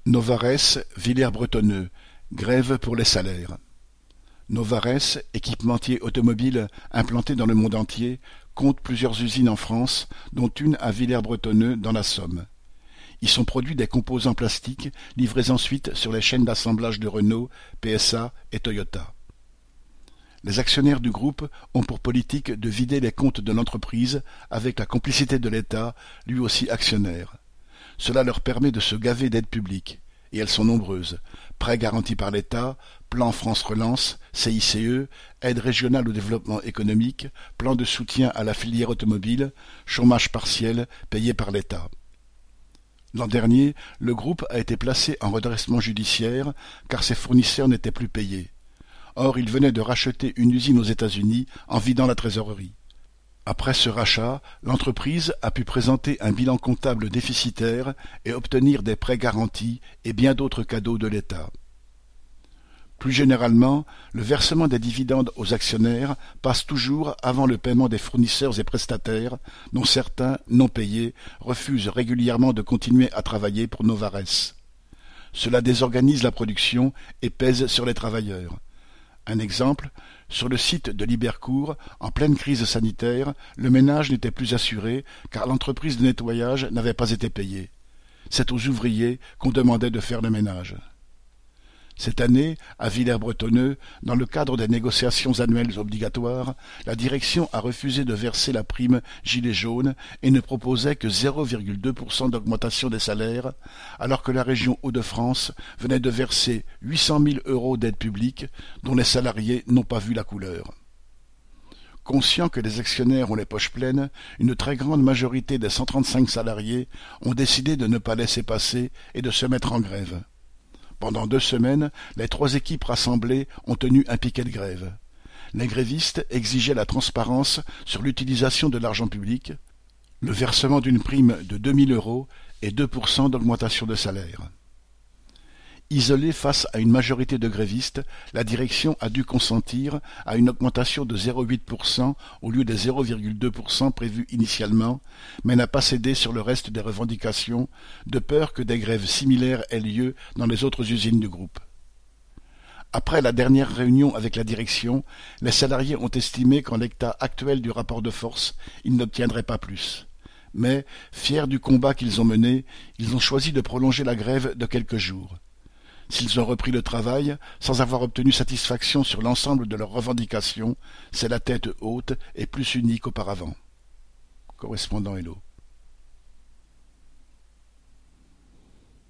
Novarès, Villers-Bretonneux, grève pour les salaires. Novarès, équipementier automobile implanté dans le monde entier, compte plusieurs usines en France, dont une à Villers-Bretonneux dans la Somme. Y sont produits des composants plastiques livrés ensuite sur les chaînes d'assemblage de Renault, PSA et Toyota. Les actionnaires du groupe ont pour politique de vider les comptes de l'entreprise avec la complicité de l'État, lui aussi actionnaire. Cela leur permet de se gaver d'aides publiques, et elles sont nombreuses. Prêts garantis par l'État, plan France Relance, CICE, aide régionale au développement économique, plan de soutien à la filière automobile, chômage partiel payé par l'État. L'an dernier, le groupe a été placé en redressement judiciaire car ses fournisseurs n'étaient plus payés. Or, il venait de racheter une usine aux États-Unis en vidant la trésorerie. Après ce rachat, l'entreprise a pu présenter un bilan comptable déficitaire et obtenir des prêts garantis et bien d'autres cadeaux de l'État. Plus généralement, le versement des dividendes aux actionnaires passe toujours avant le paiement des fournisseurs et prestataires, dont certains, non payés, refusent régulièrement de continuer à travailler pour Novarès. Cela désorganise la production et pèse sur les travailleurs. Un exemple, sur le site de Libercourt, en pleine crise sanitaire, le ménage n'était plus assuré car l'entreprise de nettoyage n'avait pas été payée. C'est aux ouvriers qu'on demandait de faire le ménage. Cette année, à Villers-Bretonneux, dans le cadre des négociations annuelles obligatoires, la direction a refusé de verser la prime gilet jaune et ne proposait que 0,2% d'augmentation des salaires, alors que la région Hauts-de-France venait de verser 800 000 € d'aide publique dont les salariés n'ont pas vu la couleur. Conscients que les actionnaires ont les poches pleines, une très grande majorité des 135 salariés ont décidé de ne pas laisser passer et de se mettre en grève. Pendant 2 semaines, les 3 équipes rassemblées ont tenu un piquet de grève. Les grévistes exigeaient la transparence sur l'utilisation de l'argent public, le versement d'une prime de 2 000 € et 2% d'augmentation de salaire. Isolée face à une majorité de grévistes, la direction a dû consentir à une augmentation de 0,8% au lieu des 0,2% prévus initialement, mais n'a pas cédé sur le reste des revendications, de peur que des grèves similaires aient lieu dans les autres usines du groupe. Après la dernière réunion avec la direction, les salariés ont estimé qu'en l'état actuel du rapport de force, ils n'obtiendraient pas plus. Mais, fiers du combat qu'ils ont mené, ils ont choisi de prolonger la grève de quelques jours. S'ils ont repris le travail, sans avoir obtenu satisfaction sur l'ensemble de leurs revendications, c'est la tête haute et plus unie qu'auparavant. Correspondant Hello.